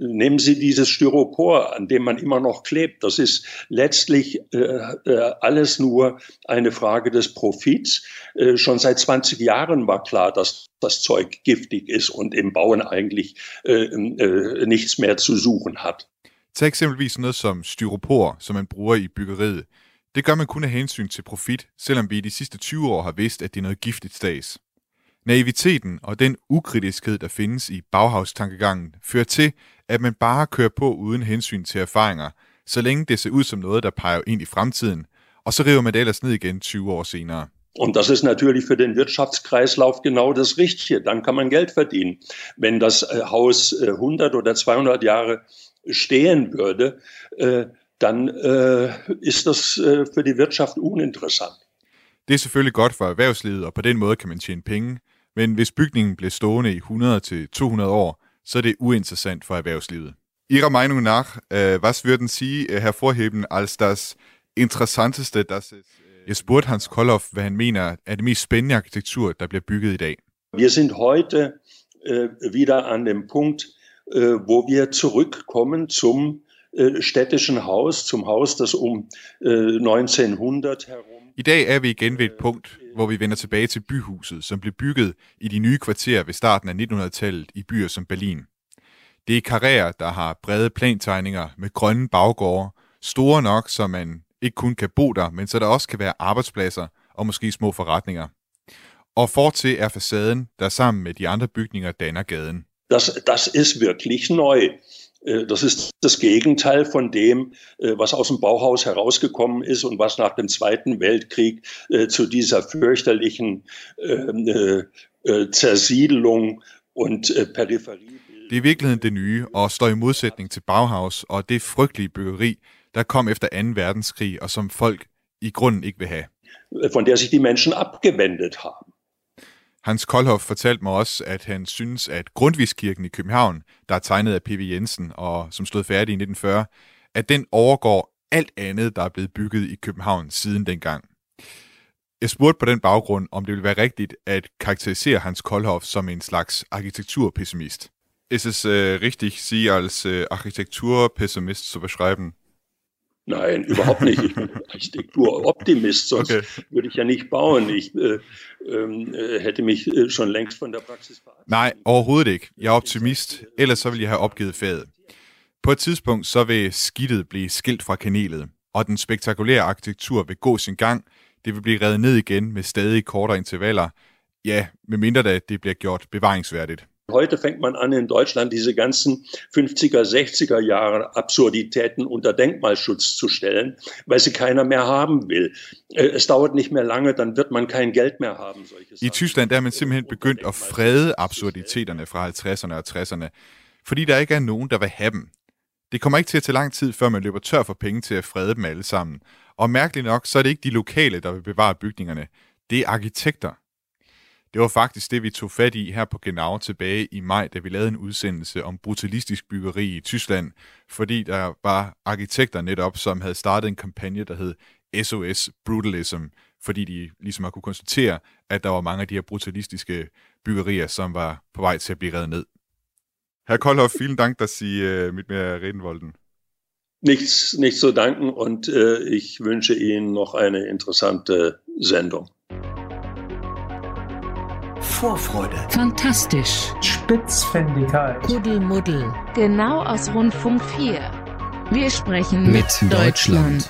nehmen Sie dieses Styropor, an dem man immer noch klebt. Das ist letztlich alles nur eine Frage des Profits. Schon seit 20 Jahren war klar, dass das Zeug giftig ist und im Bauen eigentlich nichts mehr zu suchen hat. Tag eksempelvis noget som styropor, som man bruger i byggeriet. Det gør man kun af hensyn til profit, selvom vi i de sidste 20 år har vidst, at det er noget giftigt stads. Naiviteten og den ukritiskhed, der findes i Bauhaus-tankegangen, fører til, at man bare kører på uden hensyn til erfaringer, så længe det ser ud som noget, der peger ind i fremtiden, og så river man det ellers ned igen 20 år senere. Und das ist natürlich für den Wirtschaftskreislauf genau das Richtige. Dann kann man Geld verdienen. Wenn das Haus 100 oder 200 Jahre stehen würde, dann ist das für die Wirtschaft uninteressant. Det er selvfølgelig godt for erhvervslivet, og på den måde kan man tjene penge, men hvis bygningen bliver stående i 100 til 200 år, så er det uinteressant for erhvervslivet. Ihrer Meinung nach, was würden Sie hervorheben als das interessanteste, das Jeg spurgte Hans Kollhoff, hvad han mener er det mest spændende arkitektur, der bliver bygget i dag. Wir sind heute wieder an dem Punkt, wo wir zurückkommen zum städtischen Haus, zum Haus, das 1900 herum. I dag er vi igen ved et punkt, hvor vi vender tilbage til byhuset, som blev bygget i de nye kvarterer ved starten af 1900-tallet i byer som Berlin. Det er karréer, der har brede plantegninger med grønne baggårde, store nok, så man ikke kun kan bo der, men så der også kan være arbejdspladser og måske små forretninger. Og fortil er facaden, der sammen med de andre bygninger danner gaden. Das ist wirklich neu. Das ist das Gegenteil von dem, was aus dem Bauhaus herausgekommen ist und was nach dem Zweiten Weltkrieg zu dieser fürchterlichen Zersiedelung und Peripherie. Det er i virkeligheden det nye, og står i modsætning til Bauhaus og det frygtelige byggeri, der kom efter 2. verdenskrig, og som folk i grunden ikke vil have. Von der sich die Menschen abgewendet haben. Hans Kollhoff fortalte mig også, at han synes, at Grundtvigskirken i København, der er tegnet af P.V. Jensen og som stod færdig i 1940, at den overgår alt andet, der er blevet bygget i København siden dengang. Jeg spurgte på den baggrund, om det ville være rigtigt at karakterisere Hans Kollhoff som en slags arkitekturpessimist. Ist es richtig, Sie als Architekturpessimist zu beschreiben? Nein, überhaupt nicht. Ich bin Architekturoptimist, sonst würde ich ja nicht bauen. Ich hätte mich schon längst von der Praxis verabschiedet. Nej, overhovedet ikke. Jeg er optimist, ellers så vil jeg have opgivet faget. På et tidspunkt så vil skidtet blive skilt fra kanelet, og den spektakulære arkitektur vil gå sin gang. Det vil blive revet ned igen med stadig kortere intervaller. Ja, medmindre det bliver gjort bevaringsværdigt. Heute fängt man an, in Deutschland diese ganzen 50er, 60er Jahre Absurditäten unter Denkmalschutz zu stellen, weil sie keiner mehr haben will. Es dauert nicht mehr lange, dann wird man kein Geld mehr haben. I Tyskland der er man simpelthen begyndt at frede absurditeterne fra 50'erne og 60'erne, fordi der ikke er nogen, der vil have dem. Det kommer ikke til at tage lang tid, før man løber tør for penge til at frede dem alle sammen. Og mærkeligt nok, så er det ikke de lokale, der vil bevare bygningerne. Det er arkitekter. Det var faktisk det, vi tog fat i her på Genau tilbage i maj, da vi lavede en udsendelse om brutalistisk byggeri i Tyskland, fordi der var arkitekter netop, som havde startet en kampagne, der hed SOS Brutalism, fordi de ligesom har kunne konstatere, at der var mange af de her brutalistiske byggerier, som var på vej til at blive revet ned. Herr Kollhoff, vielen Dank, dass Sie mit mir reden wollten. Nichts zu danken und ich wünsche Ihnen noch eine interessante Sendung. Vorfreude. Fantastisch. Spitzfindigkeit. Kuddelmuddel. Genau aus Rundfunk 4. Wir sprechen mit Deutschland.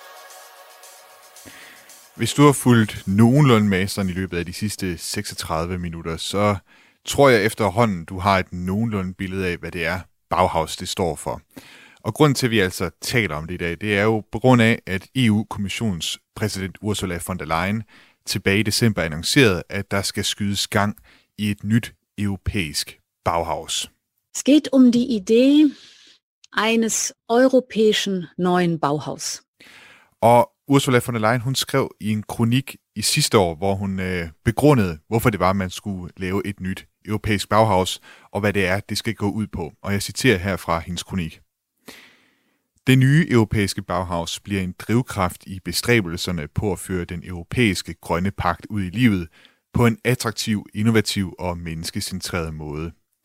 Hvis du har fulgt nogenlunde med sådan i løbet af de sidste 36 minutter, så tror jeg efterhånden, du har et nogenlunde billede af, hvad det er, Bauhaus det står for. Og grunden til, at vi altså taler om det i dag, det er jo på grund af, at EU-kommissionens præsident Ursula von der Leyen tilbage i december annoncerede, at der skal skydes gang i et nyt europæisk Bauhaus. Es geht um die Idee eines europäischen neuen Bauhaus. Og Ursula von der Leyen, hun skrev i en kronik i sidste år, hvor hun begrundede, hvorfor det var, at man skulle lave et nyt europæisk Bauhaus, og hvad det er, det skal gå ud på. Og jeg citerer her fra hendes kronik. Det nye europæiske Bauhaus bliver en drivkraft i bestræbelserne på at føre den europæiske grønne pagt ud i livet på en attraktiv, innovativ og menneskecentreret måde.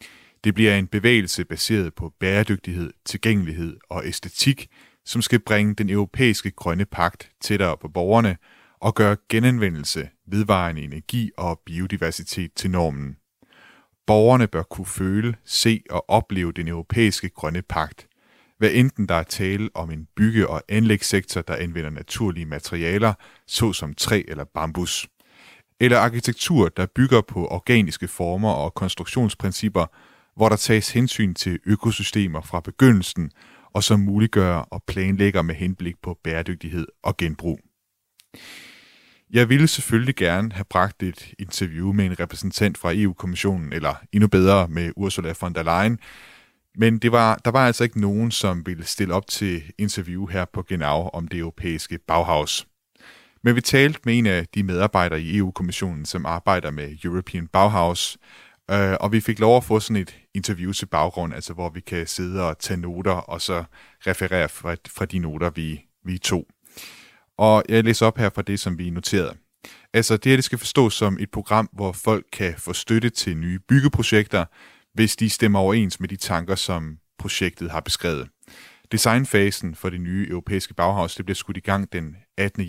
Det bliver en bevægelse baseret på bæredygtighed, tilgængelighed og æstetik, som skal bringe den europæiske grønne pagt tættere på borgerne og gøre genanvendelse, vedvarende energi og biodiversitet til normen. Borgerne bør kunne føle, se og opleve den europæiske grønne pagt. Hvad enten der er tale om en bygge- og anlægssektor, der anvender naturlige materialer, såsom træ eller bambus, eller arkitektur, der bygger på organiske former og konstruktionsprincipper, hvor der tages hensyn til økosystemer fra begyndelsen, og som muliggør og planlægger med henblik på bæredygtighed og genbrug. Jeg ville selvfølgelig gerne have bragt et interview med en repræsentant fra EU-kommissionen, eller endnu bedre med Ursula von der Leyen, men der var altså ikke nogen, som ville stille op til interview her på Genau om det europæiske Bauhaus. Men vi talte med en af de medarbejdere i EU-kommissionen, som arbejder med European Bauhaus, og vi fik lov at få sådan et interview til baggrund, altså hvor vi kan sidde og tage noter, og så referere fra de noter, vi tog. Og jeg læser op her fra det, som vi noterede. Altså det skal forstås som et program, hvor folk kan få støtte til nye byggeprojekter, hvis de stemmer overens med de tanker, som projektet har beskrevet. Designfasen for det nye europæiske Bauhaus, det blev skudt i gang den 18.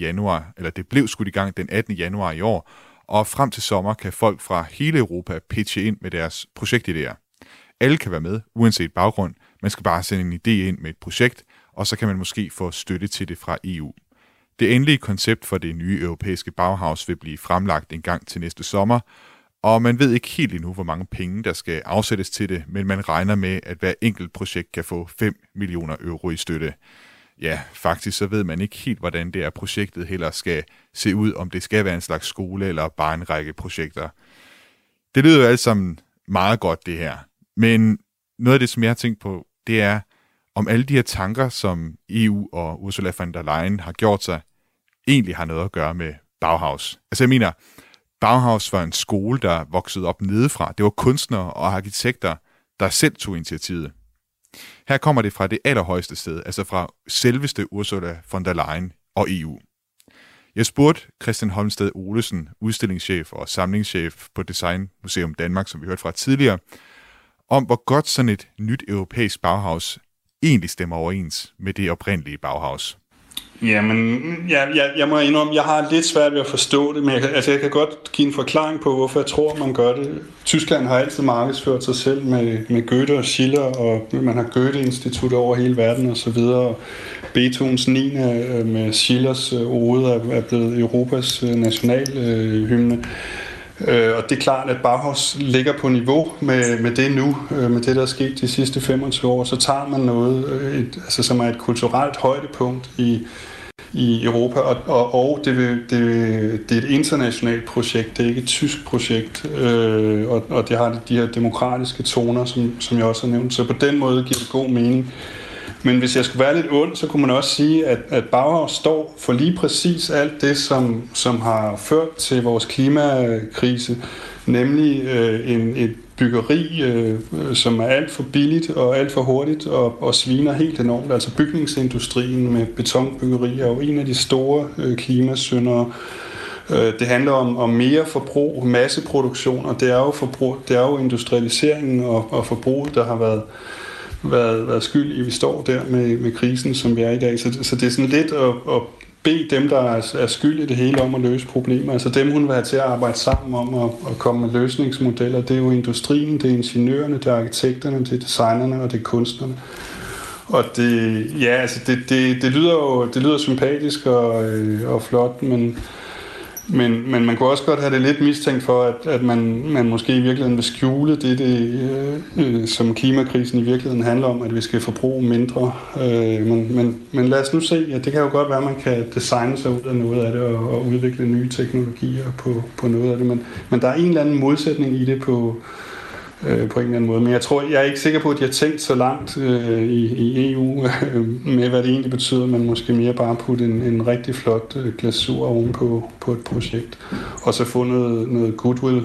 januar i år, og frem til sommer kan folk fra hele Europa pitche ind med deres projektidéer. Alle kan være med, uanset baggrund. Man skal bare sende en idé ind med et projekt, og så kan man måske få støtte til det fra EU. Det endelige koncept for det nye europæiske Bauhaus vil blive fremlagt en gang til næste sommer, og man ved ikke helt endnu, hvor mange penge, der skal afsættes til det, men man regner med, at hver enkelt projekt kan få 5 millioner euro i støtte. Ja, faktisk så ved man ikke helt, hvordan det er projektet heller skal se ud, om det skal være en slags skole eller bare en række projekter. Det lyder jo alt sammen meget godt, det her. Men noget af det, som jeg har tænkt på, det er, om alle de her tanker, som EU og Ursula von der Leyen har gjort sig, egentlig har noget at gøre med Bauhaus. Altså jeg mener, Bauhaus var en skole, der voksede op nedefra. Det var kunstnere og arkitekter, der selv tog initiativet. Her kommer det fra det allerhøjeste sted, altså fra selveste Ursula von der Leyen og EU. Jeg spurgte Christian Holmsted Olesen, udstillingschef og samlingschef på Design Museum Danmark, som vi hørte fra tidligere, om hvor godt sådan et nyt europæisk Bauhaus egentlig stemmer overens med det oprindelige Bauhaus. Jamen, jeg må indrømme, jeg har lidt svært ved at forstå det, men jeg kan godt give en forklaring på, hvorfor jeg tror, man gør det. Tyskland har altid markedsført sig selv med Goethe og Schiller, og man har Goethe-institutter over hele verden osv. Beethovens 9. med Schillers ode er blevet Europas nationalhymne. Og det er klart, at Bauhaus ligger på niveau med det nu, med det, der er sket de sidste 25 år. Så tager man noget, som er et kulturelt højdepunkt i Europa, og det er et internationalt projekt, det er ikke et tysk projekt, og det har de her demokratiske toner, som jeg også har nævnt. Så på den måde giver det god mening. Men hvis jeg skulle være lidt ond, så kunne man også sige, at Bauhaus står for lige præcis alt det, som har ført til vores klimakrise, nemlig et byggeri, som er alt for billigt og alt for hurtigt og sviner helt enormt. Altså bygningsindustrien med betonbyggeri er jo en af de store klimasyndere. Det handler om mere forbrug, masseproduktion, og det er jo industrialiseringen og forbruget, der har været skyld i, at vi står der med krisen, som vi er i dag. Så det er sådan lidt at bede dem, der er skyld i det hele, om at løse problemer. Altså dem, hun vil have til at arbejde sammen om at komme med løsningsmodeller. Det er jo industrien, det er ingeniørerne, det er arkitekterne, det er designerne og det er kunstnerne. Og det lyder sympatisk og flot, men man kunne også godt have det lidt mistænkt for, at man måske i virkeligheden vil skjule det som klimakrisen i virkeligheden handler om, at vi skal forbruge mindre. Men lad os nu se, at det kan jo godt være, at man kan designe sig ud af noget af det og udvikle nye teknologier på noget af det. Men der er en eller anden modsætning i det på en eller anden måde. Men jeg er ikke sikker på, at de har tænkt så langt i EU med, hvad det egentlig betyder, men måske mere bare putte en rigtig flot glasur oven på et projekt, og så få noget goodwill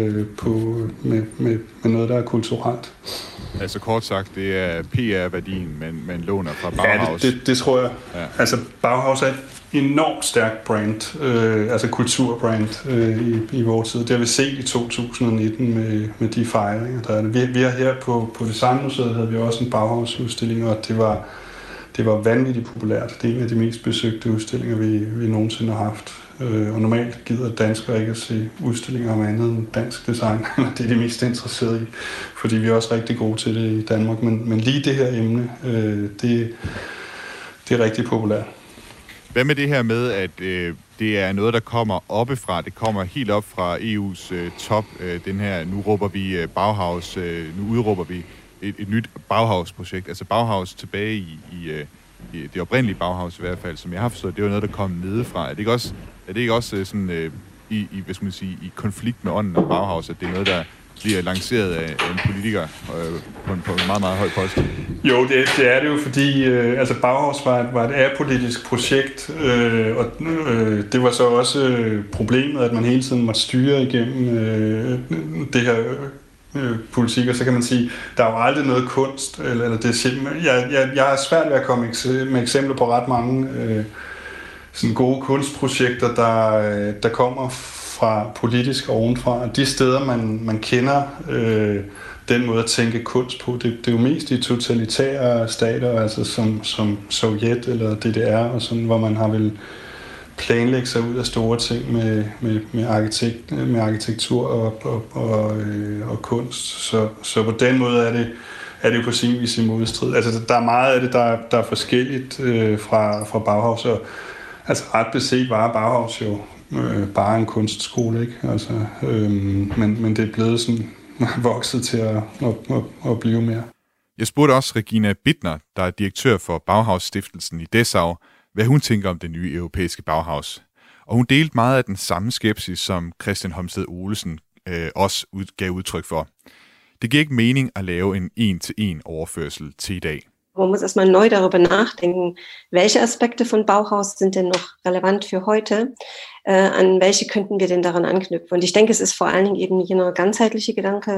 med noget, der er kulturelt. Altså kort sagt, det er PR-værdien, man låner fra Bauhaus. Ja, det tror jeg. Ja. Altså Bauhaus er enormt stærkt brand, altså kulturbrand i vores tid. Det har vi set i 2019 med de fejringer, der er det. Vi har her på Designmuseet havde vi også en Bauhaus-udstilling, og det var vanvittigt populært. Det er en af de mest besøgte udstillinger, vi nogensinde har haft. Og normalt gider danskere ikke at se udstillinger om andet end dansk design. Det er de mest interesserede i, fordi vi er også rigtig gode til det i Danmark. Men lige det her emne, det er rigtig populært. Hvad med det her med, at det er noget, der kommer oppefra? Det kommer helt op fra EU's top. Den her, nu råber vi Bauhaus, nu udråber vi et nyt Bauhaus-projekt. Altså Bauhaus tilbage i det oprindelige Bauhaus i hvert fald, som jeg har forstået, det var noget, der kom nedefra. Er det ikke også sådan hvad skal man sige, i konflikt med ånden af Bauhaus, at det er noget, der bliver lanceret af en politiker på en meget, meget høj post? Jo, det er det jo, fordi altså Bauhaus var et apolitisk projekt, og det var så også problemet, at man hele tiden måtte styre igennem det her politik, og så kan man sige, der er jo aldrig noget kunst, eller det er simpelthen, jeg har svært ved at komme med eksempler på ret mange sådan gode kunstprojekter, der kommer fra politisk ovenfra. De steder, man kender den måde at tænke kunst på, det er jo mest i totalitære stater, altså som Sovjet eller DDR, og sådan, hvor man har vel planlægge sig ud af store ting med arkitektur og kunst. Så på den måde er det jo på sin vis i modstrid. Altså, der er meget af det, der er forskelligt fra Bauhaus. Og, altså, ret beset var Bauhaus jo bare en kunstskole, ikke? Altså, men det er blevet sådan vokset til at blive mere. Jeg spurgte også Regina Bittner, der er direktør for Bauhaus-stiftelsen i Dessau, hvad hun tænker om det nye europæiske Bauhaus. Og hun delte meget af den samme skepsis, som Christian Holmsted Olesen også gav udtryk for. Det giver ikke mening at lave en en-til-en overførsel til i dag. Man muss erstmal neu darüber nachdenken, welche Aspekte von Bauhaus sind denn noch relevant für heute, an welche könnten wir denn daran anknüpfen. Und ich denke, es ist vor allen Dingen eben jener ganzheitliche Gedanke,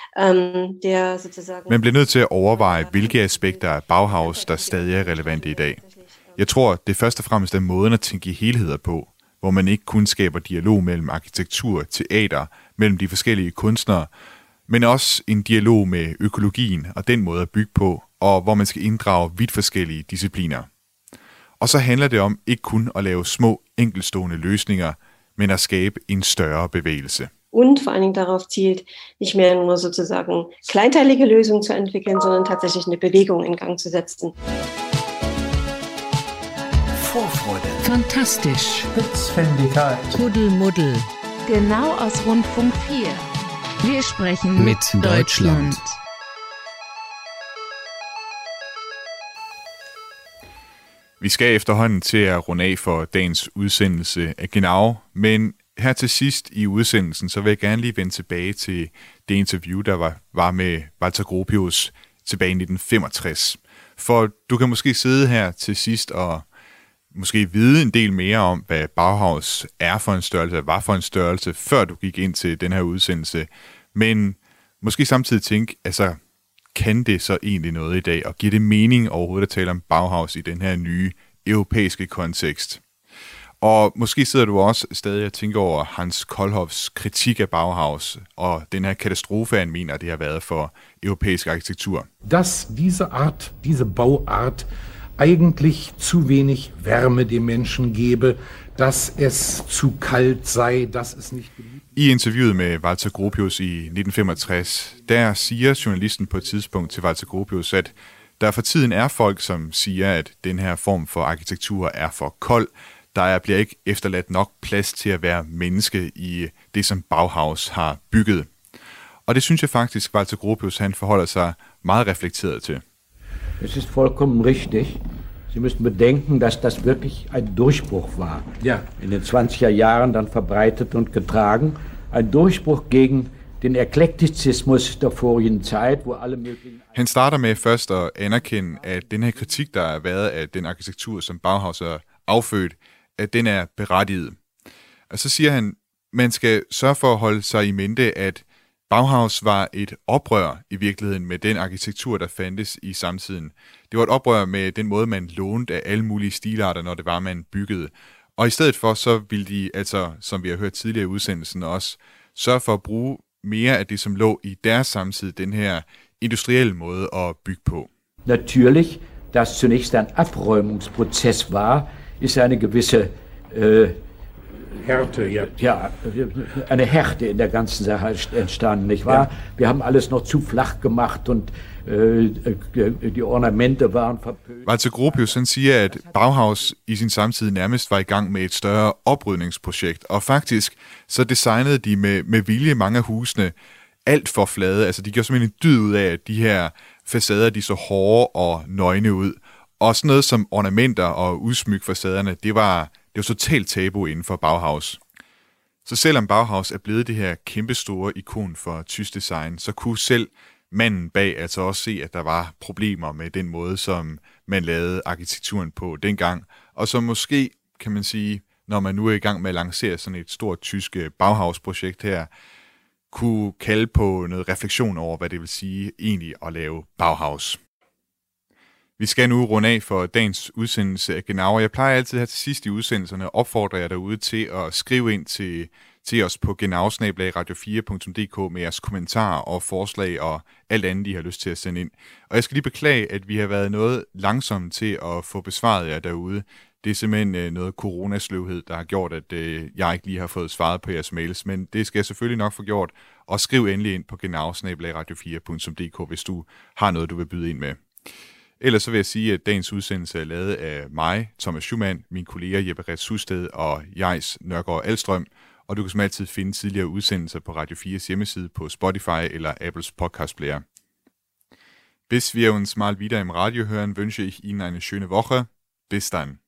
der sozusagen... Man bliver nødt til at overveje, hvilke aspekter af Bauhaus, der stadig er relevante i dag. Jeg tror, det først og fremmest er måden at tænke i helheder på, hvor man ikke kun skaber dialog mellem arkitektur og teater, mellem de forskellige kunstnere, men også en dialog med økologien og den måde at bygge på, og hvor man skal inddrage vidt forskellige discipliner. Og så handler det om ikke kun at lave små, enkeltstående løsninger, men at skabe en større bevægelse. Und vor allen Dingen darauf zielt, nicht mehr nur sozusagen kleinteilige Lösungen zu entwickeln, sondern tatsächlich eine Bewegung in Gang zu setzen. Vorfreude. Fantastisch. Spitzfindigkeit. Kuddelmuddel. Genau aus Rundfunk 4. Wir sprechen mit Deutschland. Vi skal efterhånden til at runde af for dagens udsendelse af Genau, men her til sidst i udsendelsen, så vil jeg gerne lige vende tilbage til det interview, der var med Walter Gropius tilbage i 1965. For du kan måske sidde her til sidst og måske vide en del mere om, hvad Bauhaus er for en størrelse, var for en størrelse, før du gik ind til den her udsendelse. Men måske samtidig tænke, altså, kan det så egentlig noget i dag, og giver det mening overhovedet at tale om Bauhaus i den her nye europæiske kontekst? Og måske sidder du også stadig og tænker over Hans Kohlhoffs kritik af Bauhaus, og den her katastrofe, han mener, det har været for europæisk arkitektur. Dass diese Bauart eigentlich zu wenig Wärme dem Menschen gebe, dass es zu kalt sei, dass es nicht beliebt. I interviewet med Walter Gropius i 1965, der siger journalisten på et tidspunkt til Walter Gropius, at der for tiden er folk, som siger, at den her form for arkitektur er for kold. Der bliver ikke efterladt nok plads til at være menneske i det, som Bauhaus har bygget. Og det synes jeg faktisk, Walter Gropius han forholder sig meget reflekteret til. Es ist vollkommen richtig. Sie müssen bedenken, dass das wirklich ein Durchbruch war. Ja. In den 20er Jahren dann verbreitet und getragen. Ein Durchbruch gegen den Eklektizismus der vorigen Zeit, wo alle möglichen... Han starter med først at anerkende, at den her kritik, der har været af den arkitektur, som Bauhaus har affødt, at den er berettiget. Og så siger han, man skal sørge for at holde sig i mente, at Bauhaus var et oprør i virkeligheden med den arkitektur, der fandtes i samtiden. Det var et oprør med den måde, man lånte af alle mulige stilarter, når det var, man byggede. Og i stedet for, så ville de, altså, som vi har hørt tidligere i udsendelsen også, sørge for at bruge mere af det, som lå i deres samtid, den her industrielle måde at bygge på. Natürlich, dass zunächst ein Abräumungsprozess war, ist eine gewisse Härte, ja. Ja, eine Härte in der ganzen Sache entstanden, nicht wahr? Ja. Wir haben alles noch zu flach gemacht und de ornamente waren forpønt. Walter Gropius siger, at Bauhaus i sin samtid nærmest var i gang med et større oprydningsprojekt, og faktisk så designede de med vilje mange af husene alt for flade. Altså de gjorde simpelthen en dyd ud af, at de her facader, de så hårde og nøgne ud. Og sådan noget som ornamenter og udsmyk facaderne, det var totalt tabu inden for Bauhaus. Så selvom Bauhaus er blevet det her kæmpestore ikon for tysk design, så kunne selv manden bag altså også se, at der var problemer med den måde, som man lavede arkitekturen på dengang. Og så måske, kan man sige, når man nu er i gang med at lancere sådan et stort tysk Bauhaus-projekt her, kunne kalde på noget refleksion over, hvad det vil sige egentlig at lave Bauhaus. Vi skal nu runde af for dagens udsendelse af Genau. Jeg plejer altid her til sidst i udsendelserne at opfordre jer derude til at skrive ind til os på genau@radio4.dk med jeres kommentarer og forslag og alt andet, I har lyst til at sende ind. Og jeg skal lige beklage, at vi har været noget langsomme til at få besvaret jer derude. Det er simpelthen noget coronasløvhed, der har gjort, at jeg ikke lige har fået svaret på jeres mails, men det skal jeg selvfølgelig nok få gjort. Og skriv endelig ind på genau@radio4.dk, hvis du har noget, du vil byde ind med. Ellers så vil jeg sige, at dagens udsendelse er lavet af mig, Thomas Schumann, min kollega Jeppe Retz Husted og Jais Nørgaard Alstrøm, og du kan som altid finde tidligere udsendelser på Radio 4's hjemmeside på Spotify eller Apples podcastplayer. Bis wir uns mal wieder im Radio hören, wünsche ich Ihnen eine schöne Woche. Bis dann.